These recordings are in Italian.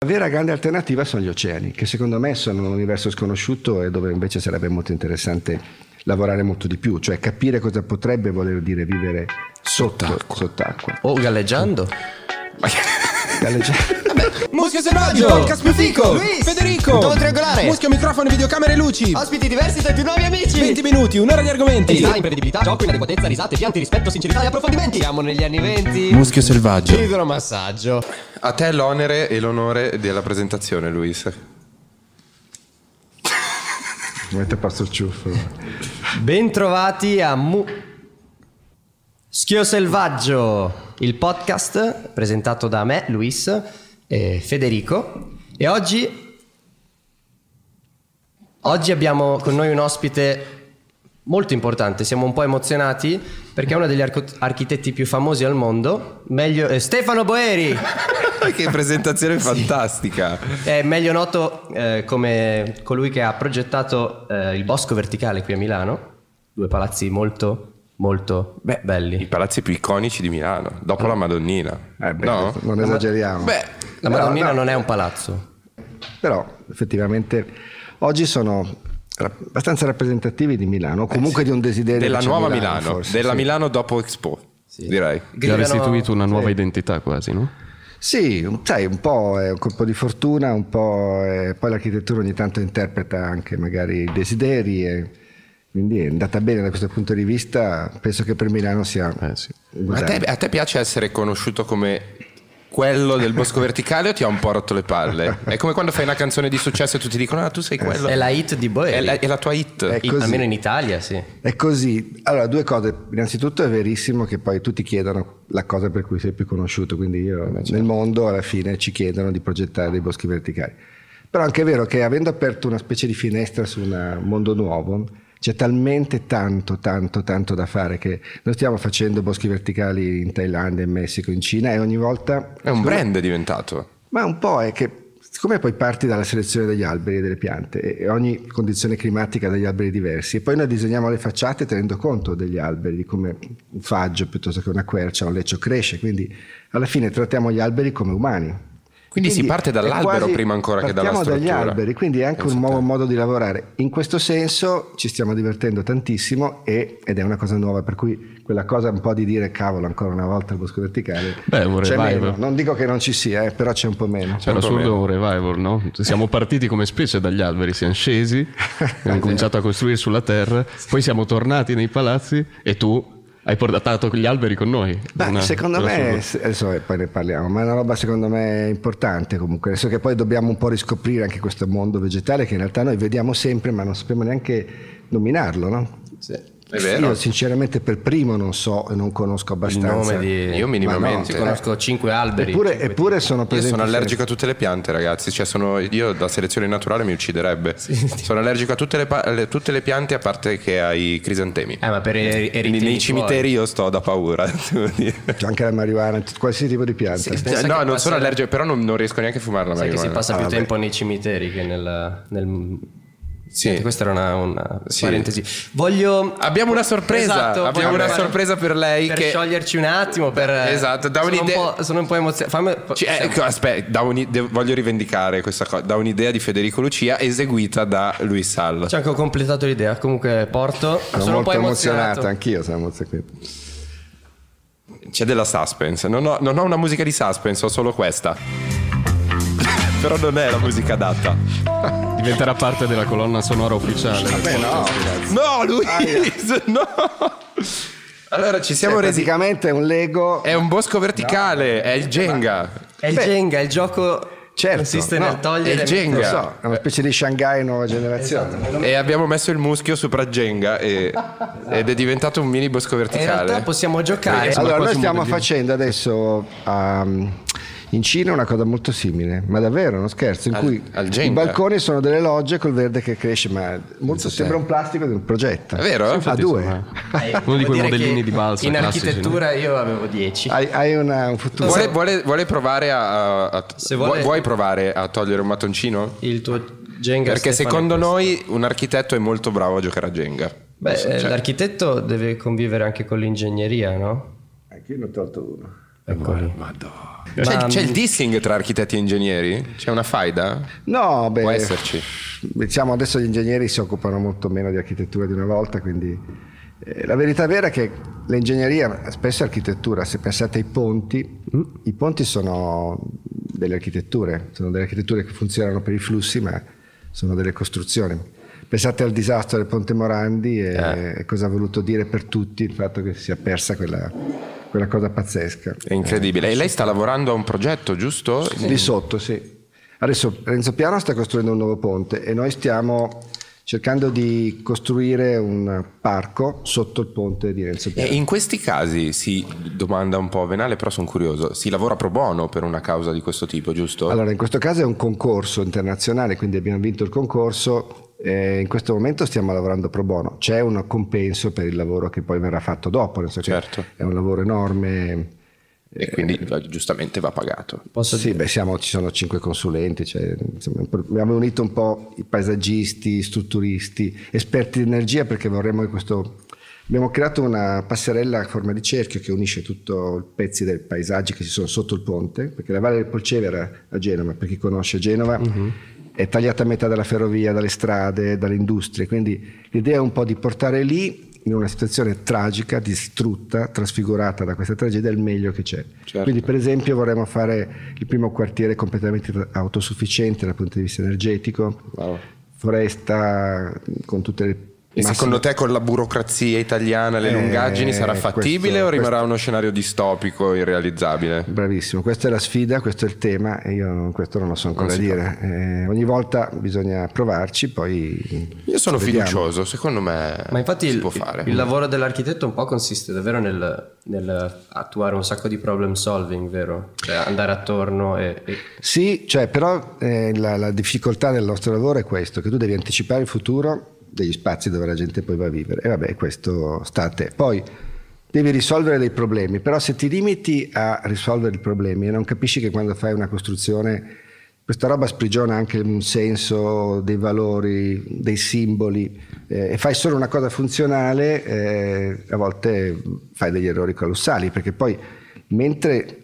La vera grande alternativa sono gli oceani, che secondo me sono un universo sconosciuto e dove invece sarebbe molto interessante lavorare molto di più, cioè capire cosa potrebbe voler dire vivere sott'acqua. O galleggiando. Muschio selvaggio, podcast più fico, Luis, Federico, Domo triangolare, Muschio, microfono, videocamere e luci. ospiti diversi tra i più nuovi amici. 20 minuti, un'ora di argomenti. Design, imprevedibilità, gioco, inadeguatezza, risate, pianti, rispetto, sincerità e approfondimenti. Siamo negli anni 20. Muschio selvaggio. Idromassaggio. A te l'onere e l'onore della presentazione, Luis. Mette a passo il ciuffo. Bentrovati a Muschio Selvaggio, il podcast presentato da me, Luis, e Federico. E oggi abbiamo con noi un ospite molto importante. Siamo un po' emozionati perché è uno degli architetti più famosi al mondo, Stefano Boeri. Che presentazione fantastica. È meglio noto come colui che ha progettato il Bosco Verticale qui a Milano. Due palazzi molto belli. I palazzi più iconici di Milano, dopo la Madonnina. No? Non esageriamo. La Madonnina non è un palazzo. Però effettivamente oggi sono abbastanza rappresentativi di Milano, comunque di un desiderio della che c'è nuova Milano, Milano, forse, della sì. Milano dopo Expo, direi. Gli ha restituito una nuova identità quasi, no? Sì, sai, un po' è un colpo di fortuna, un po' poi l'architettura ogni tanto interpreta anche magari i desideri e quindi è andata bene da questo punto di vista. Penso che per Milano sia Sì. A te piace essere conosciuto come quello del Bosco Verticale o ti ha un po' rotto le palle? È come quando fai una canzone di successo e tutti dicono tu sei quello. È la hit di Boeri. È la tua hit. È così. Almeno in Italia, sì. È così. Allora, due cose. Innanzitutto è verissimo che poi tutti chiedono la cosa per cui sei più conosciuto, quindi io nel mondo alla fine ci chiedono di progettare dei boschi verticali. Però anche è vero che avendo aperto una specie di finestra su un mondo nuovo, c'è talmente tanto da fare che noi stiamo facendo boschi verticali in Thailandia, in Messico, in Cina e ogni volta... È un brand diventato. Ma un po' è che siccome poi parti dalla selezione degli alberi e delle piante e ogni condizione climatica ha degli alberi diversi e poi noi disegniamo le facciate tenendo conto degli alberi, di come un faggio piuttosto che una quercia, un leccio cresce, quindi alla fine trattiamo gli alberi come umani. Quindi si parte dall'albero prima ancora che dalla struttura. Partiamo dagli alberi, quindi è anche un nuovo modo di lavorare. In questo senso ci stiamo divertendo tantissimo ed è una cosa nuova, per cui quella cosa un po' di dire cavolo ancora una volta il bosco verticale un c'è revival. meno. Non dico che non ci sia, però c'è un po' meno. C'è l'assurdo è un revival, no? Siamo partiti come specie dagli alberi, siamo scesi, abbiamo cominciato a costruire sulla terra, poi siamo tornati nei palazzi e tu hai portato gli alberi con noi. Secondo me, adesso poi ne parliamo, ma è una roba secondo me importante comunque, adesso che poi dobbiamo un po' riscoprire anche questo mondo vegetale che in realtà noi vediamo sempre ma non sappiamo neanche dominarlo, no? Sì. È vero. Io sinceramente per primo non so e non conosco abbastanza. Io minimamente. Io conosco 5 alberi. Eppure sono presenti. Io sono allergico a tutte le piante, ragazzi. Cioè io da selezione naturale mi ucciderebbe. Sono allergico a tutte le piante a parte che ai crisantemi. Ma per Quindi nei cimiteri io sto da paura. C'è anche la marijuana, qualsiasi tipo di pianta. No, non sono allergico, però non riesco neanche a fumare la Sai marijuana. che si passa più tempo nei cimiteri che nel... Sì. Questa era una Sì. parentesi. Abbiamo una sorpresa. Esatto, abbiamo una sorpresa per lei. Per che... scioglierci un attimo. Esatto, da un'idea. Sono un po' emozionato. Aspetta, voglio rivendicare questa cosa. Da un'idea di Federico Lucia eseguita da Luis Sall. C'è anche ho completato l'idea. Comunque porto. Sono un po' molto emozionato. Anch'io sono emozionato. C'è della suspense. Non ho una musica di suspense, ho solo questa. Però non è la musica adatta. Diventerà parte della colonna sonora ufficiale. No, Luis, no. Allora ci siamo resi. Praticamente è un Lego. È un bosco verticale, è il Jenga. È il Jenga, il gioco. Certo, consiste nel togliere è il Jenga. Lo so, è una specie di Shanghai nuova generazione. Esatto. E abbiamo messo il muschio sopra Jenga ed è diventato un mini bosco In verticale. realtà possiamo giocare. Allora noi stiamo facendo adesso in Cina una cosa molto simile, ma davvero, non scherzo, in cui al i Jenga. balconi sono delle logge col verde che cresce, ma molto sembra un plastico di un progetto. È vero? A due. Uno di quei Devo dire modellini che di balsa in classici, architettura io avevo 10. Hai un futuro. Vuole provare Se vuole- vuoi provare a togliere un mattoncino? Il tuo Jenga. Perché Stefano, secondo è questo. noi un architetto è molto bravo a giocare a Jenga. Beh, l'architetto deve convivere anche con l'ingegneria, no? Anche io ne ho tolto uno. Eccoli. Madonna. C'è il dissing tra architetti e ingegneri? C'è una faida? No, Può esserci. Diciamo adesso gli ingegneri si occupano molto meno di architettura di una volta, quindi la verità vera è che l'ingegneria spesso è architettura. Se pensate ai ponti, i ponti sono delle architetture che funzionano per i flussi, ma sono delle costruzioni. Pensate al disastro del Ponte Morandi e cosa ha voluto dire per tutti il fatto che si sia persa quella cosa pazzesca. È incredibile. E lei sta lavorando a un progetto, giusto? Di sotto, sì. Adesso Renzo Piano sta costruendo un nuovo ponte e noi stiamo cercando di costruire un parco sotto il ponte di Renzo Piano. E in questi casi si domanda un po' venale, però sono curioso. Si lavora pro bono per una causa di questo tipo, giusto? Allora, in questo caso è un concorso internazionale, quindi abbiamo vinto il concorso. In questo momento stiamo lavorando pro bono. C'è un compenso per il lavoro che poi verrà fatto dopo, nel senso Certo. che è un lavoro enorme. E quindi giustamente va pagato. Ci sono 5 consulenti, abbiamo unito un po' i paesaggisti, strutturisti, esperti di energia, perché vorremmo che abbiamo creato una passerella a forma di cerchio che unisce tutti i pezzi dei paesaggi che ci sono sotto il ponte, perché la Valle del Polcevera a Genova, per chi conosce Genova, è tagliata a metà dalla ferrovia, dalle strade, dalle industrie, quindi l'idea è un po' di portare lì, in una situazione tragica, distrutta, trasfigurata da questa tragedia, il meglio che c'è. Certo. Quindi per esempio vorremmo fare il primo quartiere completamente autosufficiente dal punto di vista energetico, foresta con tutte le... E secondo te con la burocrazia italiana, le lungaggini, sarà fattibile o rimarrà uno scenario distopico, irrealizzabile? Bravissimo, questa è la sfida, questo è il tema e io questo non lo so ancora dire. Ogni volta bisogna provarci, poi io sono vediamo. Fiducioso, secondo me Ma infatti si può fare. Il lavoro dell'architetto un po' consiste davvero nel attuare un sacco di problem solving, vero? Cioè andare attorno e... Sì, però la difficoltà del nostro lavoro è questo, che tu devi anticipare il futuro degli spazi dove la gente poi va a vivere, e vabbè, questo sta a te. Poi devi risolvere dei problemi, però se ti limiti a risolvere i problemi e non capisci che quando fai una costruzione questa roba sprigiona anche un senso dei valori, dei simboli, e fai solo una cosa funzionale, a volte fai degli errori colossali, perché poi mentre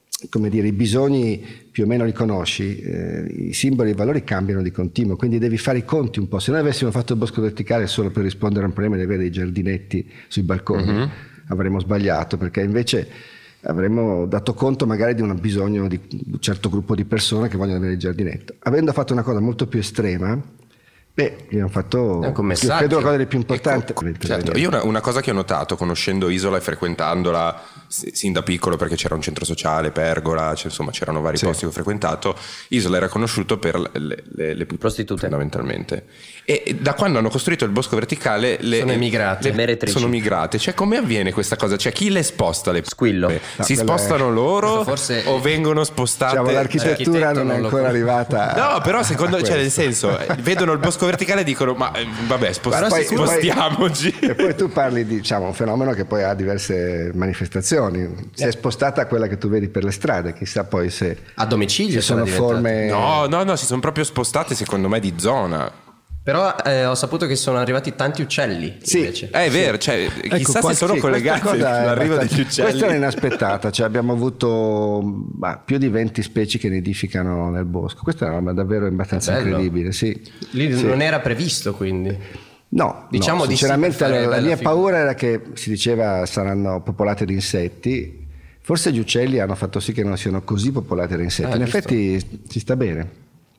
i bisogni più o meno li conosci, i simboli e i valori cambiano di continuo, quindi devi fare i conti un po'. Se noi avessimo fatto il bosco verticale solo per rispondere a un problema di avere dei giardinetti sui balconi, avremmo sbagliato, perché invece avremmo dato conto magari di un bisogno di un certo gruppo di persone che vogliono avere il giardinetto. Avendo fatto una cosa molto più estrema, abbiamo fatto credo una cosa delle più importanti. Certo, io una cosa che ho notato conoscendo Isola e frequentandola sin da piccolo, perché c'era un centro sociale, Pergola, insomma c'erano vari posti che ho frequentato. Isola era conosciuto per le prostitute fondamentalmente, e da quando hanno costruito il bosco verticale sono emigrate, meretrici. Sono migrate. Cioè, come avviene questa cosa? Cioè, chi le sposta? Squillo. Si spostano loro forse o vengono spostate? L'architettura non è ancora arrivata. No, però secondo nel senso, vedono il bosco verticale e dicono ma vabbè, spostiamoci. E poi tu parli di un fenomeno che poi ha diverse manifestazioni. Si è spostata quella che tu vedi per le strade, chissà poi se a domicilio sono forme. No, si sono proprio spostate secondo me di zona. Però ho saputo che sono arrivati tanti uccelli. Sì, invece. È vero, cioè, chissà se sono collegati l'arrivo degli uccelli. Questa è inaspettata, abbiamo avuto più di 20 specie che nidificano nel bosco. Questa è una roba davvero abbastanza incredibile. Sì. Lì non era previsto, quindi. No, sinceramente la mia paura era che si diceva saranno popolate di insetti. Forse gli uccelli hanno fatto sì che non siano così popolate da insetti. In effetti si sta bene.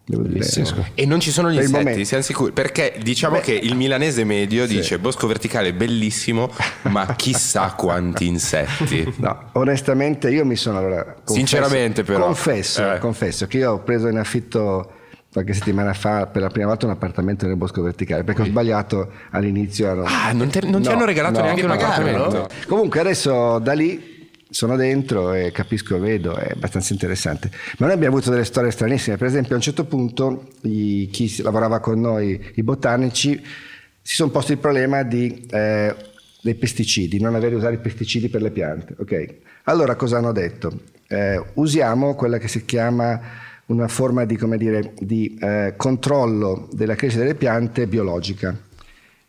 E non ci sono gli insetti, siamo sicuri? Perché diciamo che il milanese medio dice bosco verticale bellissimo, ma chissà quanti insetti. No, onestamente io mi sono sinceramente però confesso che io ho preso in affitto qualche settimana fa per la prima volta un appartamento nel bosco verticale, perché ho sbagliato all'inizio. Non ti hanno regalato neanche un appartamento? Comunque adesso da lì sono dentro e capisco, vedo, è abbastanza interessante. Ma noi abbiamo avuto delle storie stranissime. Per esempio, a un certo punto chi lavorava con noi, i botanici, si sono posti il problema dei pesticidi, non avere usare i pesticidi per le piante. Ok, allora cosa hanno detto? Usiamo quella che si chiama una forma di controllo della crescita delle piante biologica.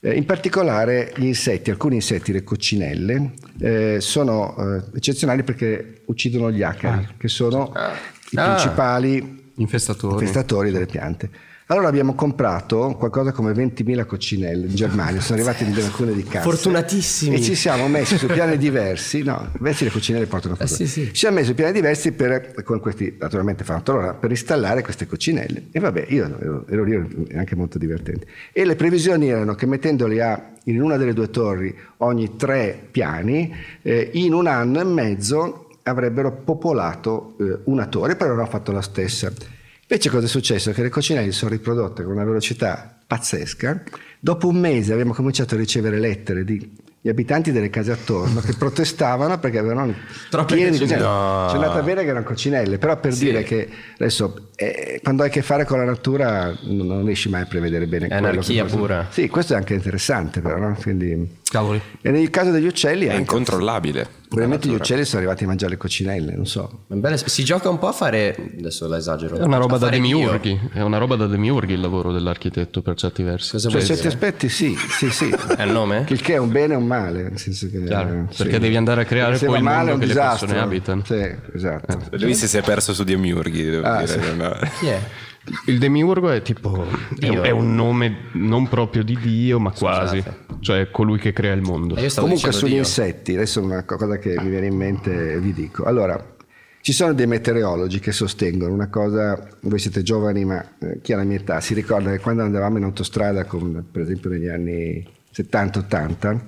In particolare gli insetti, alcuni insetti, le coccinelle, sono eccezionali perché uccidono gli acari, che sono i principali infestatori delle piante. Allora abbiamo comprato qualcosa come 20.000 coccinelle in Germania, sono arrivati in alcune di casa. Fortunatissimi. E ci siamo messi su piani diversi, le coccinelle portano fortuna. Sì. Ci siamo messi su piani diversi con questi, naturalmente fanno l'ora, per installare queste coccinelle. E vabbè, io ero lì, anche molto divertente. E le previsioni erano che mettendoli in una delle due torri ogni 3 piani, in 1 anno e mezzo avrebbero popolato una torre, però non ho fatto la stessa. Invece cosa è successo? Che le coccinelle sono riprodotte con una velocità pazzesca. Dopo un mese abbiamo cominciato a ricevere lettere di abitanti delle case attorno che protestavano perché avevano pieni di coccinelle. C'è andata bene che erano coccinelle, però per dire che adesso quando hai a che fare con la natura non riesci mai a prevedere bene. È anarchia pura. Sì, questo è anche interessante però, no? Quindi... Cavoli. E nel caso degli uccelli è incontrollabile. Probabilmente gli uccelli sono arrivati a mangiare le coccinelle, non so. Si gioca un po' a fare, adesso la esagero, è una roba da demiurghi, il lavoro dell'architetto per certi versi. Cosa per certi aspetti sì. È il nome? Il che è un bene e un male, nel senso che perché devi andare a creare poi il mondo che le persone abitano. Sì, esatto. Lui si è perso su demiurghi, devo dire. Sì. No. Chi è? Il demiurgo è tipo è un nome non proprio di Dio, ma quasi, cioè colui che crea il mondo. Comunque sugli insetti, adesso una cosa che mi viene in mente vi dico. Allora, ci sono dei meteorologi che sostengono una cosa, voi siete giovani, ma chi ha la mia età si ricorda che quando andavamo in autostrada, per esempio negli anni 70-80,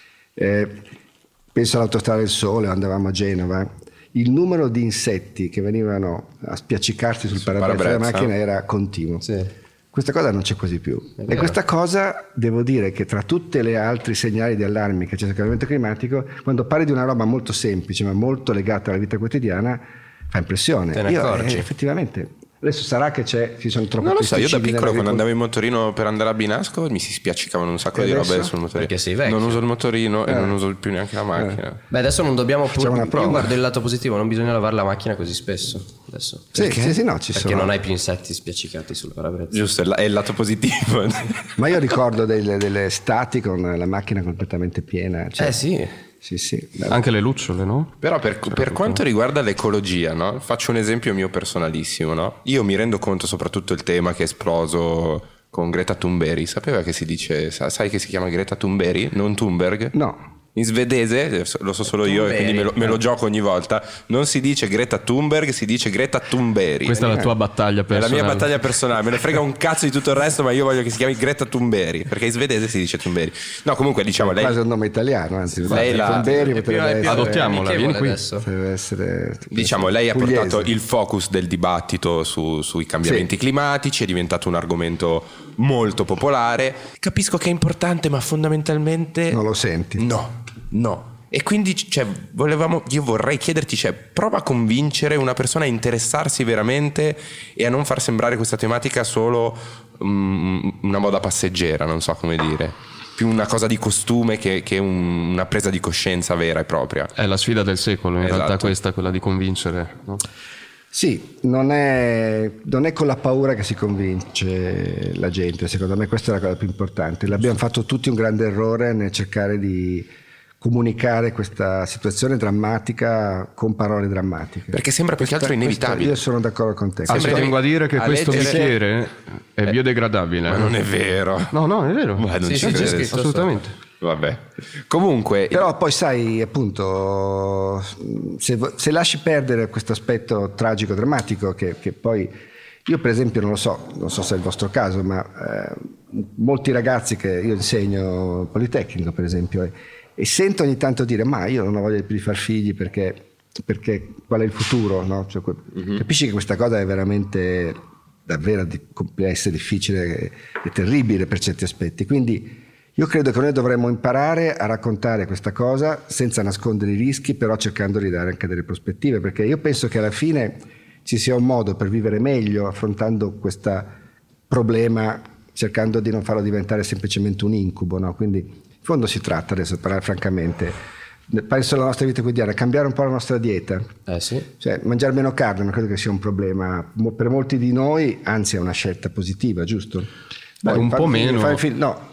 penso all'autostrada del Sole, andavamo a Genova, il numero di insetti che venivano a spiaccicarsi sul parabrezza della macchina era continuo. Sì. Questa cosa non c'è quasi più. E questa cosa, devo dire che tra tutte le altri segnali di allarme che c'è sul cambiamento climatico, quando parli di una roba molto semplice ma molto legata alla vita quotidiana, fa impressione. Te ne accorgi? Effettivamente. Adesso sarà che ci sono troppi Non lo so, io da piccolo quando andavo in in motorino per andare a Binasco mi si spiaccicavano un sacco di robe sul motorino. Perché sei vecchio. Non uso il motorino e non uso più neanche la macchina. Beh, adesso non dobbiamo Facciamo una prova. Io guardo il lato positivo, non bisogna lavare la macchina così spesso adesso. Sì, no, ci Perché sono. non hai più insetti spiaccicati sul parabrezza. Giusto, è il lato positivo. Ma io ricordo delle estati con la macchina completamente piena. Cioè, Sì. Sì. Anche le lucciole, no? Però per quanto riguarda l'ecologia, no? Faccio un esempio mio personalissimo, no? Io mi rendo conto soprattutto il tema che è esploso con Greta Thunberg. Sapeva che si dice, sai che si chiama Greta Thunberg, non Thunberg? No. In svedese, lo so solo io e quindi me lo gioco ogni volta, non si dice Greta Thunberg, si dice Greta Thunberg. Questa è la tua battaglia personale. È la mia battaglia personale, me ne frega un cazzo di tutto il resto, ma io voglio che si chiami Greta Thunberg, perché in svedese si dice Thunberg. No, comunque diciamo È lei... quasi un nome italiano, anzi. Thunberg adottiamola, vieni qui. Deve essere, diciamo, lei ha pugliese. portato il focus del dibattito sui cambiamenti climatici, è diventato un argomento molto popolare. Capisco che è importante, ma fondamentalmente... Non lo senti? No. E quindi io vorrei chiederti, prova a convincere una persona a interessarsi veramente e a non far sembrare questa tematica solo una moda passeggera, non so come dire, più una cosa di costume che una presa di coscienza vera e propria. È la sfida del secolo, in realtà Esatto. quella di convincere, no? Sì, non è con la paura che si convince la gente, secondo me questa è la cosa più importante. L'abbiamo fatto tutti un grande errore nel cercare di comunicare questa situazione drammatica con parole drammatiche. Perché sembra più che altro inevitabile. Io sono d'accordo con te. Vengo a dire che questo bicchiere è biodegradabile. Ma non è vero. No, è vero. Ma non Sì, ci c'è credo. scritto Assolutamente. Vabbè. Comunque... Però poi sai, appunto, se lasci perdere questo aspetto tragico, drammatico, che poi... Io per esempio non so se è il vostro caso, ma molti ragazzi che io insegno Politecnico per esempio, e sento ogni tanto dire ma io non ho voglia più di far figli perché qual è il futuro, no? Cioè, capisci che questa cosa è veramente davvero complessa, difficile e terribile per certi aspetti, quindi io credo che noi dovremmo imparare a raccontare questa cosa senza nascondere i rischi, però cercando di dare anche delle prospettive, perché io penso che alla fine ci sia un modo per vivere meglio affrontando questo problema, cercando di non farlo diventare semplicemente un incubo, no? Quindi in fondo si tratta, adesso parlare francamente, penso alla nostra vita quotidiana, cambiare un po' la nostra dieta, Sì. cioè mangiare meno carne non credo che sia un problema per molti di noi, anzi è una scelta positiva, giusto? Un po' meno. No,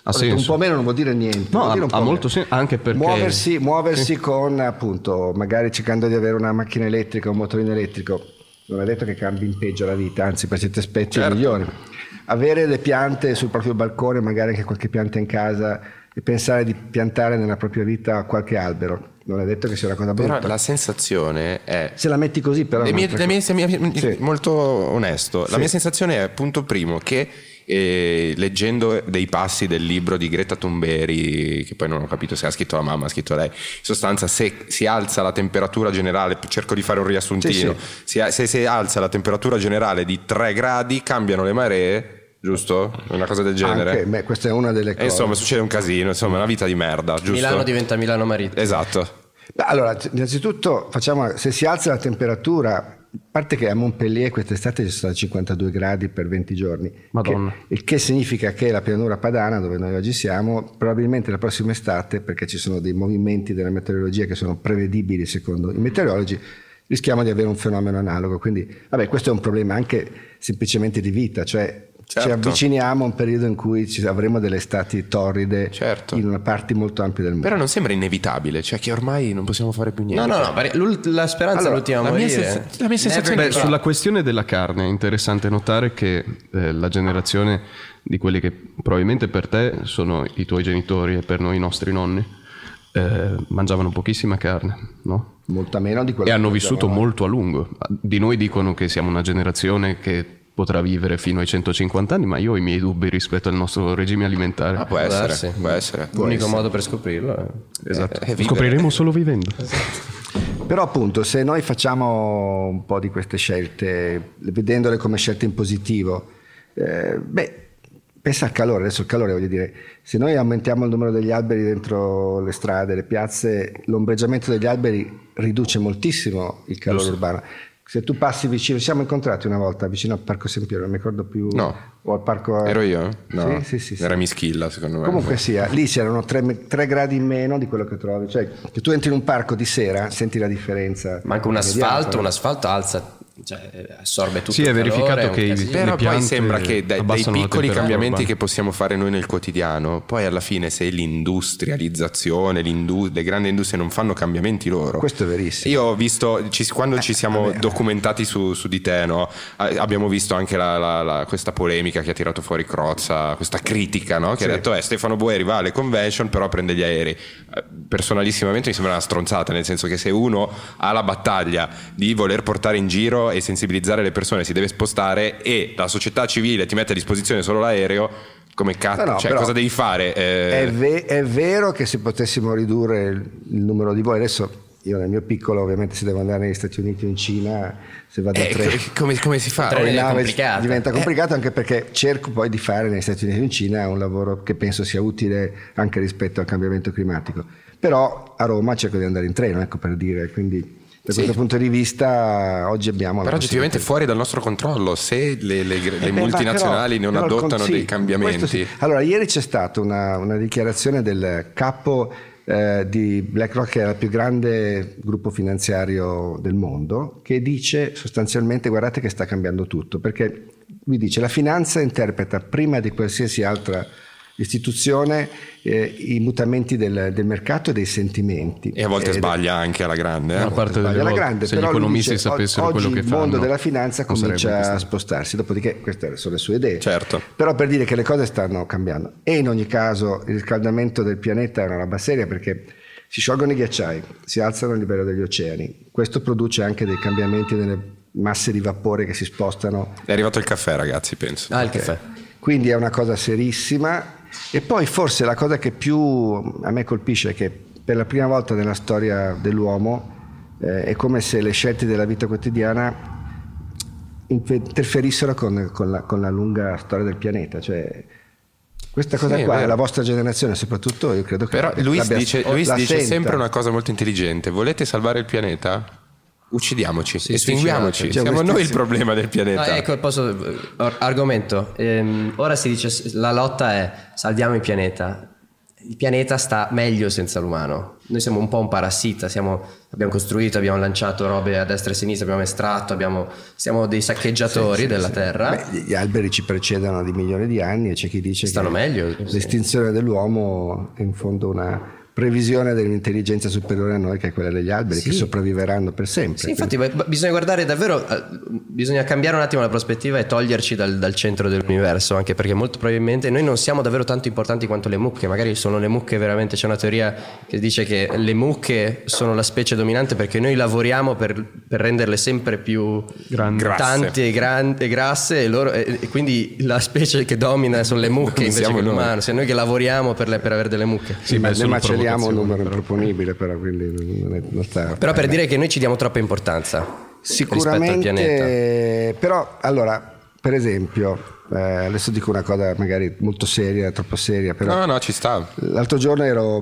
Ha Ho detto senso. un po' meno non vuol dire niente. No, vuol dire un ha po' molto meno. senso, anche perché Muoversi con, appunto, magari cercando di avere una macchina elettrica, un motorino elettrico, non è detto che cambi in peggio la vita, anzi per certi aspetti è migliore. Avere le piante sul proprio balcone, magari anche qualche pianta in casa, e pensare di piantare nella propria vita qualche albero, non è detto che sia una cosa brutta. Però la sensazione è... Se la metti così, però... Sì. Molto onesto, la Sì. mia sensazione è, punto primo, che leggendo dei passi del libro di Greta Thunberg, che poi non ho capito se ha scritto la mamma, ha scritto lei, in sostanza, se si alza la temperatura generale, cerco di fare un riassuntino, se si alza la temperatura generale di 3 gradi cambiano le maree, giusto? Una cosa del genere. Anche, questa è una delle cose. E insomma succede un casino, insomma, una vita di merda, giusto? Milano diventa Milano Marittima. Esatto. Beh, allora, innanzitutto se si alza la temperatura, a parte che a Montpellier quest'estate ci sono stati 52 gradi per 20 giorni, Madonna. il che significa che la pianura padana, dove noi oggi siamo, probabilmente la prossima estate, perché ci sono dei movimenti della meteorologia che sono prevedibili secondo i meteorologi, rischiamo di avere un fenomeno analogo. Quindi, vabbè, questo è un problema anche semplicemente di vita, cioè ci avviciniamo a un periodo in cui avremo delle estati torride in una parte molto ampia del mondo. Però non sembra inevitabile, cioè che ormai non possiamo fare più niente. No, la speranza è l'ultima a morire. La mia sensazione Beh, sulla questione della carne è interessante notare che la generazione di quelli che probabilmente per te sono i tuoi genitori e per noi i nostri nonni mangiavano pochissima carne, no? Molta meno di quello E hanno che vissuto mangiavamo. molto a lungo. Di noi dicono che siamo una generazione che potrà vivere fino ai 150 anni, ma io ho i miei dubbi rispetto al nostro regime alimentare. può essere, darsi. può essere. L'unico modo per scoprirlo è... Esatto. vivere. Scopriremo solo vivendo. Però appunto, se noi facciamo un po' di queste scelte, vedendole come scelte in positivo, pensa al calore. Adesso il calore, voglio dire, se noi aumentiamo il numero degli alberi dentro le strade, le piazze, l'ombreggiamento degli alberi riduce moltissimo il calore urbano. Se tu passi vicino, siamo incontrati una volta vicino al Parco Sempione, non mi ricordo più. No. O al parco... Ero io? No. Sì. Era Mischilla, secondo me. Comunque sia, lì c'erano 3 gradi in meno di quello che trovi. Cioè, che tu entri in un parco di sera, senti la differenza. Ma anche un immediata. asfalto alza, cioè assorbe tutto Sì, il è verificato calore, che è un i- casino. Però le poi piante sembra che dei abbassano la piccoli temperatura cambiamenti urbana. che possiamo fare noi nel quotidiano, poi alla fine se l'industrializzazione, le grandi industrie non fanno cambiamenti loro. Questo è verissimo. Io ho visto, quando ci siamo documentati su di te, no? Abbiamo visto anche questa polemica che ha tirato fuori Crozza, questa critica, no? Che ha detto Stefano Boeri va alle convention però prende gli aerei. Personalissimamente mi sembra una stronzata, nel senso che se uno ha la battaglia di voler portare in giro e sensibilizzare le persone, si deve spostare e la società civile ti mette a disposizione solo l'aereo, come cazzo, No, cioè però cosa devi fare? È vero che se potessimo ridurre il numero di voli, adesso io nel mio piccolo ovviamente se devo andare negli Stati Uniti o in Cina, se vado a treno come si fa? Treno o in è nave complicato. diventa complicato, anche perché cerco poi di fare negli Stati Uniti o in Cina un lavoro che penso sia utile anche rispetto al cambiamento climatico, però a Roma cerco di andare in treno, ecco, per dire, quindi da questo punto di vista oggi abbiamo Però oggettivamente è fuori dal nostro controllo se le multinazionali non adottano dei cambiamenti. Sì. Allora, ieri c'è stata una dichiarazione del capo di BlackRock, che è il più grande gruppo finanziario del mondo, che dice sostanzialmente: guardate che sta cambiando tutto, perché lui dice la finanza interpreta prima di qualsiasi altra istituzione i mutamenti del mercato e dei sentimenti, E a volte sbaglia anche alla grande. Una parte delle sbaglia alla volte, grande, se gli però lui economisti dice, sapessero oggi quello che il fanno, mondo della finanza non sarebbe comincia a questo. spostarsi, dopodiché queste sono le sue idee, Certo. però per dire che le cose stanno cambiando. E in ogni caso il riscaldamento del pianeta è una roba seria, perché si sciolgono i ghiacciai, si alzano il livello degli oceani, questo produce anche dei cambiamenti nelle masse di vapore che si spostano. È arrivato il caffè, ragazzi, penso. Il caffè. Quindi è una cosa serissima. E poi forse la cosa che più a me colpisce è che per la prima volta nella storia dell'uomo è come se le scelte della vita quotidiana interferissero con la lunga storia del pianeta. Cioè, questa cosa Sì, è qua, vero. la vostra generazione soprattutto, io credo che Però Luis la dice senta. sempre una cosa molto intelligente: volete salvare il pianeta? Uccidiamoci, Sì, estinguiamoci, Cioè, siamo questi- noi il problema del pianeta. Ah, ecco, argomento. Ora si dice la lotta è salviamo il pianeta. il pianeta sta meglio senza l'umano. Noi siamo un po' un parassita, abbiamo costruito, abbiamo lanciato robe a destra e a sinistra, abbiamo estratto, siamo dei saccheggiatori della Terra. Beh, gli alberi ci precedono di milioni di anni e c'è chi dice stanno meglio. L'estinzione dell'uomo è in fondo una previsione dell'intelligenza superiore a noi, che è quella degli alberi, che sopravviveranno per sempre. Sì, infatti bisogna guardare davvero, bisogna cambiare un attimo la prospettiva e toglierci dal centro dell'universo, anche perché molto probabilmente noi non siamo davvero tanto importanti quanto le mucche. Magari sono le mucche veramente, c'è una teoria che dice che le mucche sono la specie dominante perché noi lavoriamo per renderle sempre più tante e grasse, e quindi la specie che domina sono le mucche invece che l'umano. Siamo noi che lavoriamo per avere delle mucche. Sì, ma ne un numero improponibile, però, quindi non sta. Però per dire che noi ci diamo troppa importanza sicuramente rispetto al pianeta. Però allora, per esempio, adesso dico una cosa magari molto seria, troppo seria, però no, ci sta. L'altro giorno ero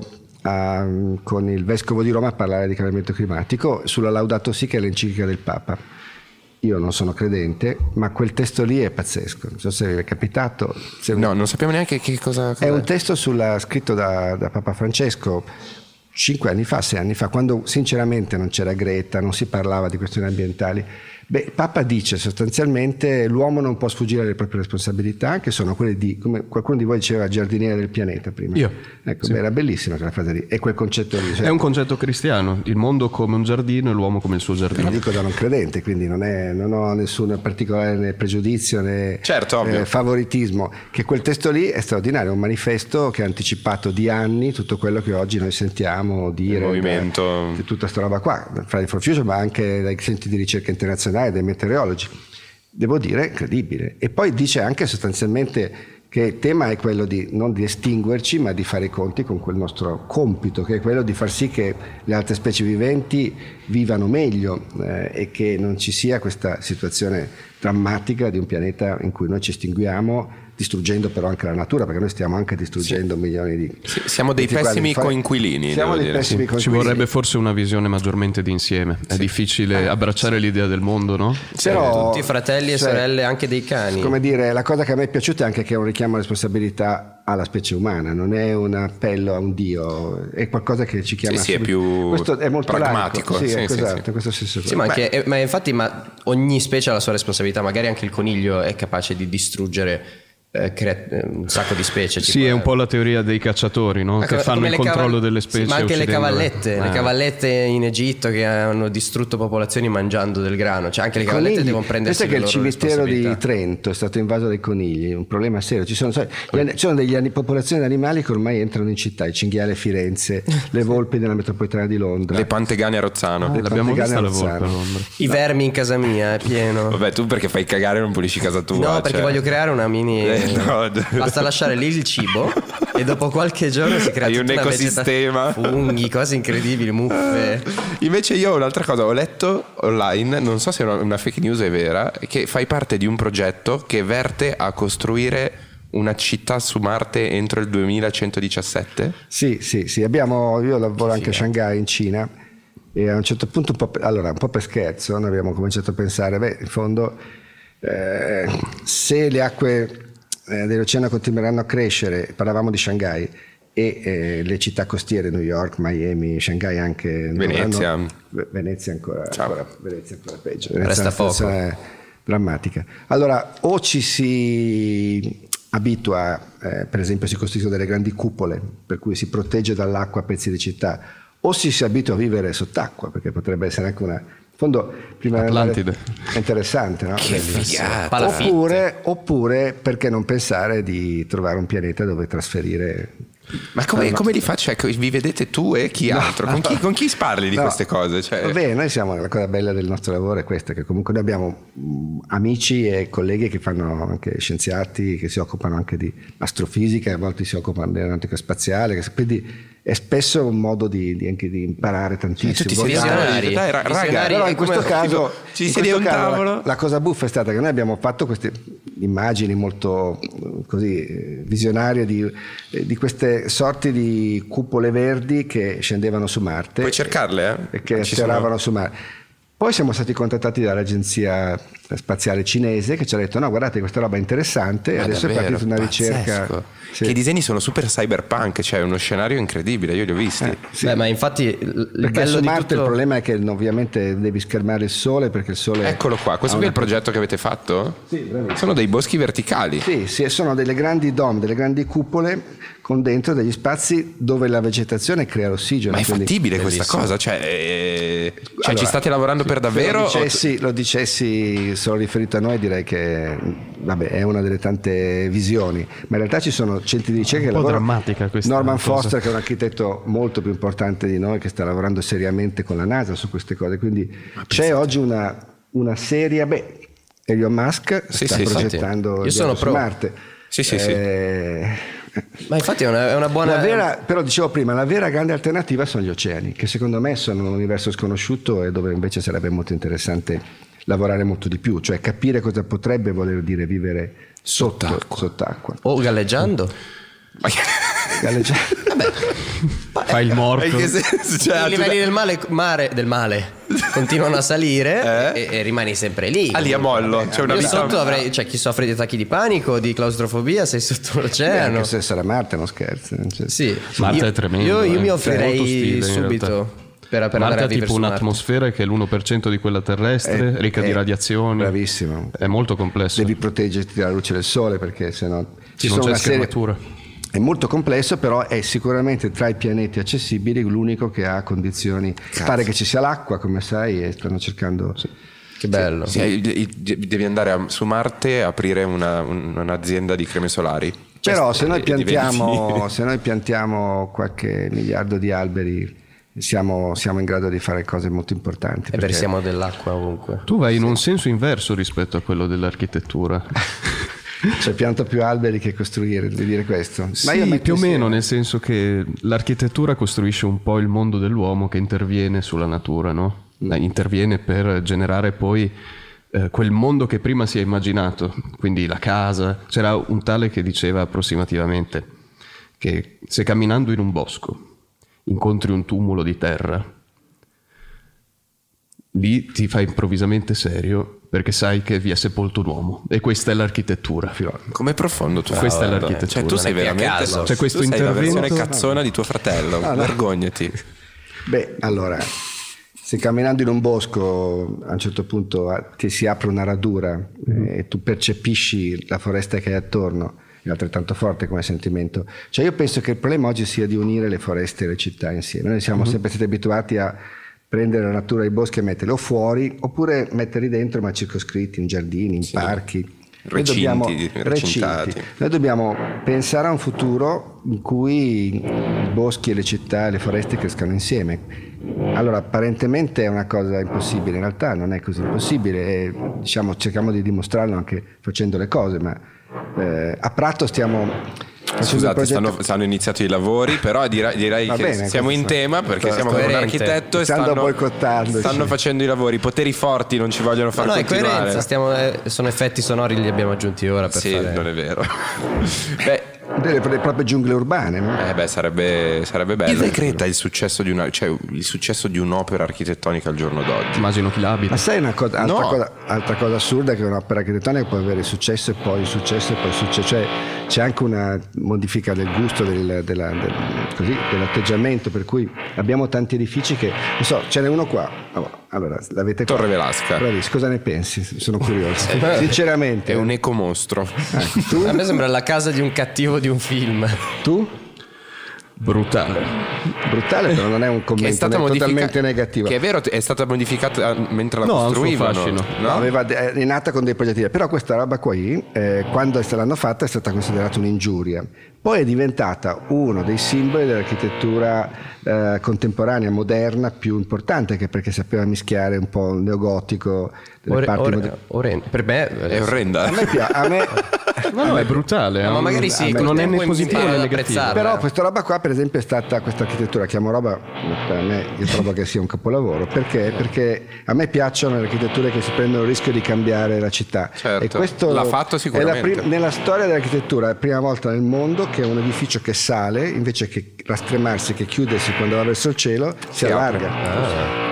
con il vescovo di Roma a parlare di cambiamento climatico sulla Laudato Si, che è l'enciclica del Papa. Io non sono credente, ma quel testo lì è pazzesco. Non so se vi è capitato. No, non sappiamo neanche che cosa è. Un testo scritto da Papa Francesco 5 anni fa, 6 anni fa, quando sinceramente non c'era Greta, non si parlava di questioni ambientali. Beh, Papa dice sostanzialmente l'uomo non può sfuggire alle proprie responsabilità, che sono quelle di, come qualcuno di voi diceva, giardiniere del pianeta prima. Io. Ecco, sì. Era bellissima quella frase lì. E quel concetto lì. Cioè, è un concetto cristiano, il mondo come un giardino e l'uomo come il suo giardino. Lo dico da non credente, quindi non ho nessun particolare né pregiudizio né favoritismo. Che quel testo lì è straordinario, è un manifesto che ha anticipato di anni tutto quello che oggi noi sentiamo dire. Il movimento. Di tutta sta roba qua, Friday for Future, ma anche dai centri di ricerca internazionali, dai meteorologi. Devo dire, incredibile. E poi dice anche sostanzialmente che il tema è quello di non di estinguerci, ma di fare i conti con quel nostro compito, che è quello di far sì che le altre specie viventi vivano meglio e che non ci sia questa situazione drammatica di un pianeta in cui noi ci estinguiamo, distruggendo però anche la natura, perché noi stiamo anche distruggendo milioni di... siamo dei pessimi coinquilini. Siamo dei pessimi coinquilini. Ci vorrebbe forse una visione maggiormente d'insieme. È difficile abbracciare l'idea del mondo, no? Però, tutti fratelli e sorelle anche dei cani. Come dire, la cosa che a me è piaciuta è anche che è un richiamo alla responsabilità alla specie umana, non è un appello a un dio, è qualcosa che ci chiama è più questo è molto pragmatico. Esatto, in questo senso. Sì, ma infatti ogni specie ha la sua responsabilità. Magari anche il coniglio è capace di distruggere un sacco di specie. Sì, è un po' la teoria dei cacciatori, no? Che fanno il controllo delle specie. Sì, ma anche le uccidendole. cavallette in Egitto che hanno distrutto popolazioni mangiando del grano. Cioè anche le cavallette devono prendersi le loro responsabilità. Questo che il cimitero di Trento è stato invaso dai conigli, è un problema serio. Ci sono delle popolazioni di animali che ormai entrano in città, il cinghiale a Firenze, le volpi nella metropolitana di Londra, le pantegane a Rozzano. L'abbiamo vista la volpe a Londra. I vermi in casa mia è pieno. Vabbè, tu perché fai cagare e non pulisci casa tua? No, perché voglio creare una mini... Basta lasciare lì il cibo e dopo qualche giorno si crea un ecosistema, funghi, cose incredibili, muffe. Invece io un'altra cosa ho letto online, non so se una fake news è vera, che fai parte di un progetto che verte a costruire una città su Marte entro il 2117. Sì, io lavoro anche a Shanghai in Cina e a un certo punto un po' per scherzo noi abbiamo cominciato a pensare, in fondo se le acque dell'oceano continueranno a crescere, parlavamo di Shanghai e le città costiere, New York, Miami, Shanghai anche, Venezia ancora peggio, resta poco, è drammatica. Allora o ci si abitua, per esempio si costruiscono delle grandi cupole per cui si protegge dall'acqua pezzi di città, o si abitua a vivere sott'acqua, perché potrebbe essere anche una... In fondo, prima Atlantide. È interessante, no? Che figata. Oppure perché non pensare di trovare un pianeta dove trasferire. Ma come li faccio? Cioè, vi vedete tu e chi altro? Con chi parli di queste cose? Cioè... Vabbè, noi siamo, la cosa bella del nostro lavoro è questa, che comunque noi abbiamo amici e colleghi che fanno anche scienziati, che si occupano anche di astrofisica, a volte si occupano di aeronautica spaziale, quindi è spesso un modo anche di imparare tantissimo. Tutti visionari. Però in questo caso, ci siedi a un tavolo. La cosa buffa è stata che noi abbiamo fatto queste immagini molto così visionarie di queste sorti di cupole verdi che scendevano su Marte. Puoi cercarle, e che sfioravano su Marte. Poi siamo stati contattati dall'agenzia spaziale cinese che ci ha detto no, guardate, questa roba è interessante, adesso davvero, è partita una ricerca. pazzesco. Sì. Che i disegni sono super cyberpunk, cioè è uno scenario incredibile, io li ho visti. Sì. Beh, ma infatti il Perché bello su di Marte tutto... il problema è che ovviamente devi schermare il sole, perché il sole Eccolo qua, questo qui è il progetto che avete fatto? Sì, bravissimo. Sono dei boschi verticali. Sì, sono delle grandi dome, delle grandi cupole con dentro degli spazi dove la vegetazione crea l'ossigeno. Ma è quindi- fattibile questa cosa? Cioè, Allora, ci state lavorando per davvero? Se lo dicessi solo riferito a noi, direi che vabbè, è una delle tante visioni, ma in realtà ci sono centri di ricerca che po' lavorano. drammatica questa Norman cosa. Foster, che è un architetto molto più importante di noi, che sta lavorando seriamente con la NASA su queste cose, quindi c'è oggi una serie, Elon Musk Sì, sta sì, progettando Io il sono viaggio su pro. Marte. Sì. Ma infatti è una buona... Però dicevo prima, la vera grande alternativa sono gli oceani, che secondo me sono un universo sconosciuto e dove invece sarebbe molto interessante lavorare molto di più, cioè capire cosa potrebbe voler dire vivere sott'acqua. O galleggiando. Galleggiare. Fai il morto. In che senso? Cioè, I livelli del male continuano a salire e rimani sempre lì. lì a mollo, c'è una Io vita. sotto avrei, cioè chi soffre di attacchi di panico, di claustrofobia, sei sotto l'oceano. Anche se sarà Marte, non scherzi. Cioè, Sì, Marte è tremendo, Io mi molto offrirei stile, in subito realtà. per andare Marte a ha vivere tipo su Marte. un'atmosfera che è l'1% di quella terrestre, ricca di radiazioni. Bravissimo. È molto complesso. Devi proteggerti dalla luce del sole, perché sennò Sì, non c'è schermatura. È molto complesso, però è sicuramente tra i pianeti accessibili l'unico che ha condizioni. Pare che ci sia l'acqua, come sai, e stanno cercando. Che bello. Sì, devi andare su Marte a aprire un'azienda di creme solari. Però se noi Diventi- piantiamo qualche miliardo di alberi, siamo in grado di fare cose molto importanti. E versiamo dell'acqua ovunque. Tu vai in un senso inverso rispetto a quello dell'architettura. Cioè pianto più alberi che costruire, devi dire questo. Sì, Ma io metto più o insieme- meno, nel senso che l'architettura costruisce un po' il mondo dell'uomo che interviene sulla natura, no? Interviene per generare poi quel mondo che prima si è immaginato, quindi la casa. C'era un tale che diceva approssimativamente che se camminando in un bosco incontri un tumulo di terra, lì ti fai improvvisamente serio perché sai che vi è sepolto un uomo, e questa è l'architettura. Com'è profondo tu? Questa è l'architettura. Cioè tu sei Non è qui a veramente caso. C'è questo tu sei la intervento- versione cazzona di tuo fratello. Vergognati. Allora, se camminando in un bosco a un certo punto ti si apre una radura e tu percepisci la foresta che hai attorno, è altrettanto forte come sentimento. Cioè io penso che il problema oggi sia di unire le foreste e le città insieme. Noi siamo sempre stati abituati a prendere la natura dei boschi e metterli o fuori, oppure metterli dentro ma circoscritti in giardini, in parchi. Recintati. Noi dobbiamo pensare a un futuro in cui i boschi e le città e le foreste crescano insieme. Allora, apparentemente è una cosa impossibile, in realtà non è così impossibile e diciamo, cerchiamo di dimostrarlo anche facendo le cose, ma a Prato stiamo... Scusate, stanno iniziati i lavori, però direi Va che bene, siamo in questo- tema perché sto siamo con un coerente. architetto e Stanno boicottando, stanno sì. facendo i lavori. I poteri forti non ci vogliono far No, è continuare. coerenza, sono effetti sonori, li abbiamo aggiunti ora per Sì, fare... non è vero. Beh, delle proprie giungle urbane, no? sarebbe bello. Chi decreta il successo di un'opera architettonica al giorno d'oggi? Immagino chi l'abita. Ma sai una cosa, No. altra cosa assurda, che un'opera architettonica può avere successo e poi successo e poi successo, cioè c'è anche una modifica del gusto dell'atteggiamento, per cui abbiamo tanti edifici che, non so, ce n'è uno qua, allora l'avete qua. Torre Velasca. Bravissimo, cosa ne pensi? Sono curioso, sinceramente. È un ecomostro. Tu? A me sembra la casa di un cattivo di un film. Tu? Brutale. Brutale, però non è un Che è commento stata totalmente negativo. Che è vero, è stata modificata mentre la No, ha un suo costruivano. fascino. No? È nata con dei progetti, però questa roba qui, quando l'hanno fatta, è stata considerata un'ingiuria. Poi è diventata uno dei simboli dell'architettura contemporanea, moderna, più importante, che perché sapeva mischiare un po' il neogotico delle parti Per me È orrenda. a me No, è brutale. ma magari sì, col non è tempo né positivo impari né ad negativo. apprezzarla. Però questa roba qua, per esempio, è stata questa architettura, chiamo roba, per me io trovo che sia un capolavoro. Perché a me piacciono le architetture che si prendono il rischio di cambiare la città. Certo, E questo l'ha fatto sicuramente. nella storia dell'architettura è la prima volta nel mondo che un edificio che sale, invece che rastremarsi, che chiudersi quando va verso il cielo, si allarga.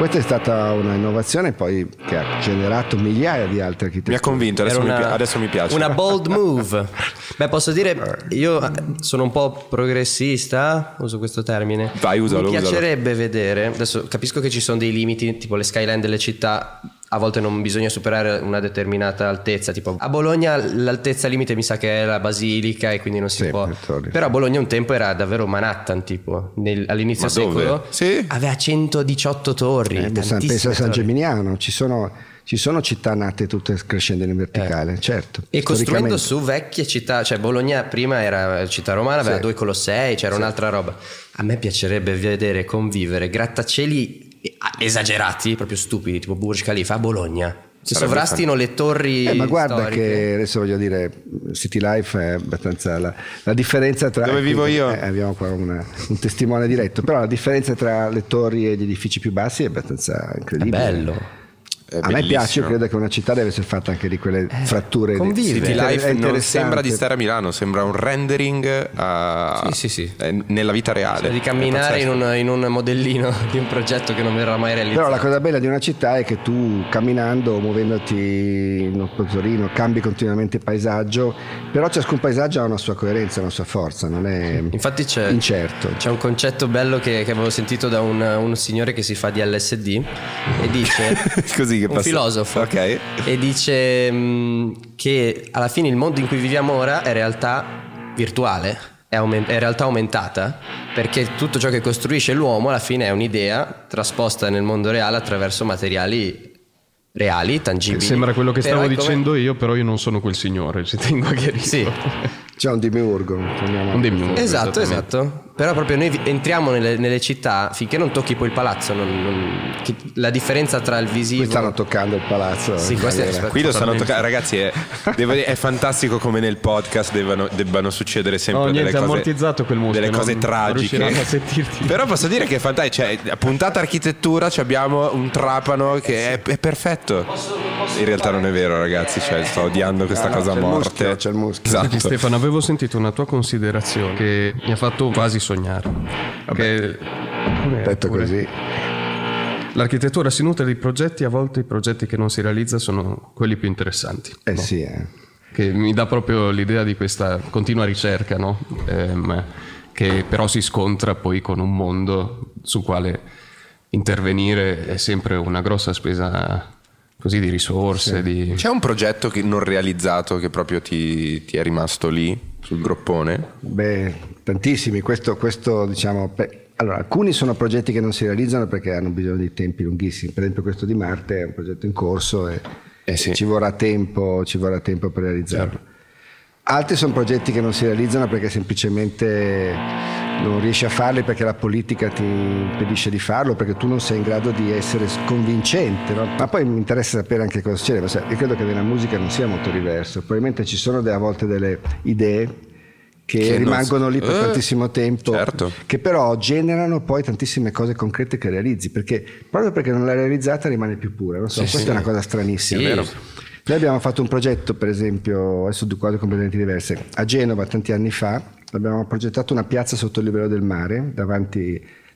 Questa è stata una innovazione poi che ha generato migliaia di altre architetture. Mi ha convinto, adesso mi piace. Una bold move. Beh, posso dire, io sono un po' progressista, uso questo termine. Vai, usalo. Mi piacerebbe vedere, adesso capisco che ci sono dei limiti, tipo le skyline delle città, a volte non bisogna superare una determinata altezza, tipo a Bologna l'altezza limite mi sa che è la Basilica e quindi non si può. Però a Bologna un tempo era davvero Manhattan, tipo all'inizio secolo. Sì. Aveva 118 torri. Pensa a San Gimignano, ci sono città nate tutte crescendo in verticale, certo. E costruendo su vecchie città, cioè Bologna prima era città romana, aveva 2 Colossei, c'era un'altra roba. A me piacerebbe vedere convivere grattacieli esagerati, proprio stupidi, tipo Burj Khalifa a Bologna, che sovrastino le torri ma guarda storiche. che adesso voglio dire, City Life è abbastanza la differenza tra dove vivo io abbiamo qua un testimone diretto, però la differenza tra le torri e gli edifici più bassi è abbastanza incredibile. È bello. A me piace, io credo che una città deve essere fatta anche di quelle fratture. City Life non sembra di stare a Milano, sembra un rendering nella vita reale. Cioè, di camminare in un modellino di un progetto che non verrà mai realizzato. Però la cosa bella di una città è che tu camminando, muovendoti in un pozzolino, cambi continuamente paesaggio, però ciascun paesaggio ha una sua coerenza, una sua forza, non è infatti incerto. C'è un concetto bello che avevo sentito da un signore che si fa di LSD e dice così che un filosofo, okay. E dice che alla fine il mondo in cui viviamo ora è realtà virtuale, è realtà aumentata, perché tutto ciò che costruisce l'uomo alla fine è un'idea trasposta nel mondo reale attraverso materiali reali, tangibili. Sembra quello che stavo dicendo io, però io non sono quel signore, ci tengo a chiarire. Sì. C'è un demiurgo. Esatto. Però proprio noi entriamo nelle città finché non tocchi poi il palazzo, la differenza tra il visivo. Qui stanno toccando il palazzo. Sì, qui lo stanno toccando, ragazzi. È fantastico come nel podcast debbano succedere sempre delle cose. Ammortizzato quel mostro, delle cose tragiche. A sentirti. Però posso dire che è fantastico. Cioè, puntata architettura, abbiamo un trapano che è perfetto. In realtà non è vero, ragazzi. Cioè, sto odiando questa cosa a morte. C'è il muschio. Esatto. Stefano, avevo sentito una tua considerazione che mi ha fatto quasi sognare. Detto così, l'architettura si nutre di progetti, a volte i progetti che non si realizzano sono quelli più interessanti. Che mi dà proprio l'idea di questa continua ricerca, no? Che però si scontra poi con un mondo sul quale intervenire è sempre una grossa spesa così di risorse. C'è un progetto che non realizzato che proprio ti è rimasto lì sul groppone? Beh, tantissimi. Questo diciamo, allora, alcuni sono progetti che non si realizzano perché hanno bisogno di tempi lunghissimi. Per esempio questo di Marte è un progetto in corso e ci vorrà tempo per realizzarlo. Certo. Altri sono progetti che non si realizzano perché semplicemente non riesci a farli, perché la politica ti impedisce di farlo, perché tu non sei in grado di essere convincente, no? Ma poi mi interessa sapere anche cosa succede. Io credo che nella musica non sia molto diverso. Probabilmente ci sono a volte delle idee che rimangono lì per tantissimo tempo, certo. Che però generano poi tantissime cose concrete che realizzi, perché proprio perché non l'hai realizzata rimane più pura. Non so, questa è una cosa stranissima, vero? Noi abbiamo fatto un progetto, per esempio, adesso di cose completamente diverse, a Genova tanti anni fa. Abbiamo progettato una piazza sotto il livello del mare davanti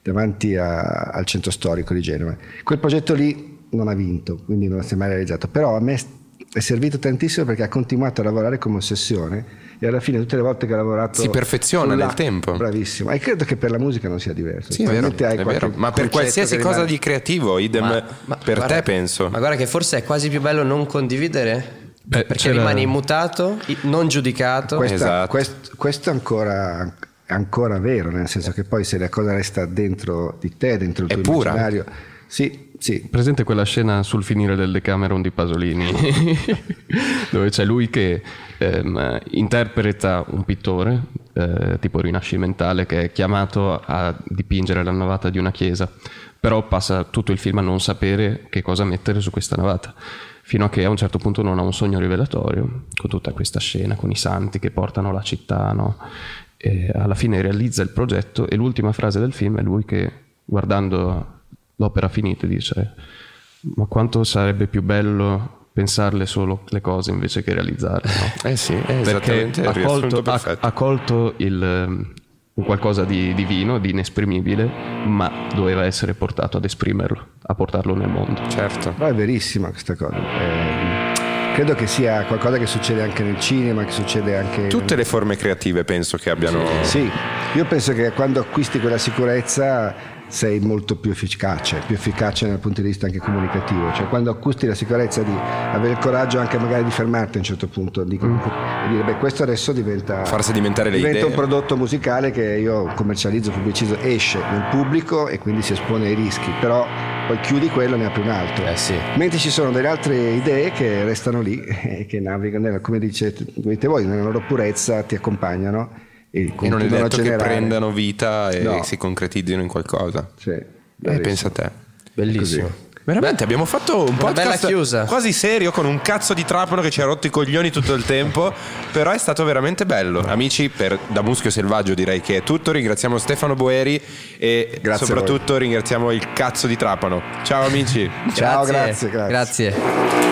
al centro storico di Genova. Quel progetto lì non ha vinto, quindi non si è mai realizzato, però a me è servito tantissimo perché ha continuato a lavorare come ossessione e alla fine tutte le volte che ha lavorato si perfeziona nel tempo. Bravissimo. E credo che per la musica non sia diverso. Sì, è vero. Ma per qualsiasi cosa di creativo, idem per te, penso. Ma guarda che forse è quasi più bello non condividere. Perché rimani immutato, non giudicato. Questo è ancora vero, nel senso che poi se la cosa resta dentro di te, dentro il tuo immaginario. Sì. Presente quella scena sul finire del Decameron di Pasolini dove c'è lui che interpreta un pittore tipo rinascimentale che è chiamato a dipingere la navata di una chiesa, però passa tutto il film a non sapere che cosa mettere su questa navata, fino a che a un certo punto non ha un sogno rivelatorio con tutta questa scena con i santi che portano la città, no? E alla fine realizza il progetto e l'ultima frase del film è lui che, guardando l'opera finita, dice: ma quanto sarebbe più bello pensarle solo le cose invece che realizzarle, no? Sì, è esattamente perché ha colto un qualcosa di divino, di inesprimibile, ma doveva essere portato ad esprimerlo, a portarlo nel mondo. Certo. Però è verissima questa cosa. Credo che sia qualcosa che succede anche nel cinema, che succede anche... Tutte le forme creative penso che abbiano... Sì, io penso che quando acquisti quella sicurezza sei molto più efficace dal punto di vista anche comunicativo, cioè quando acquisti la sicurezza di avere il coraggio anche magari di fermarti a un certo punto, di dire beh, questo adesso farsi diventare le idee, un prodotto musicale che io commercializzo, pubblicizzo, esce nel pubblico e quindi si espone ai rischi, però poi chiudi quello e ne apri un altro. Sì. Mentre ci sono delle altre idee che restano lì e che navigano, come dite voi, nella loro purezza ti accompagnano e non è detto che prendano vita e No. si concretizzino in qualcosa. Sì, Pensa a te. Bellissimo. Veramente abbiamo fatto un Una bella podcast chiusa. quasi serio con un cazzo di Trapano che ci ha rotto i coglioni tutto il tempo, però è stato veramente bello. Amici, da Muschio Selvaggio direi che è tutto. Ringraziamo Stefano Boeri e Grazie soprattutto ringraziamo il cazzo di Trapano. Ciao amici. Ciao, Grazie. grazie. Grazie.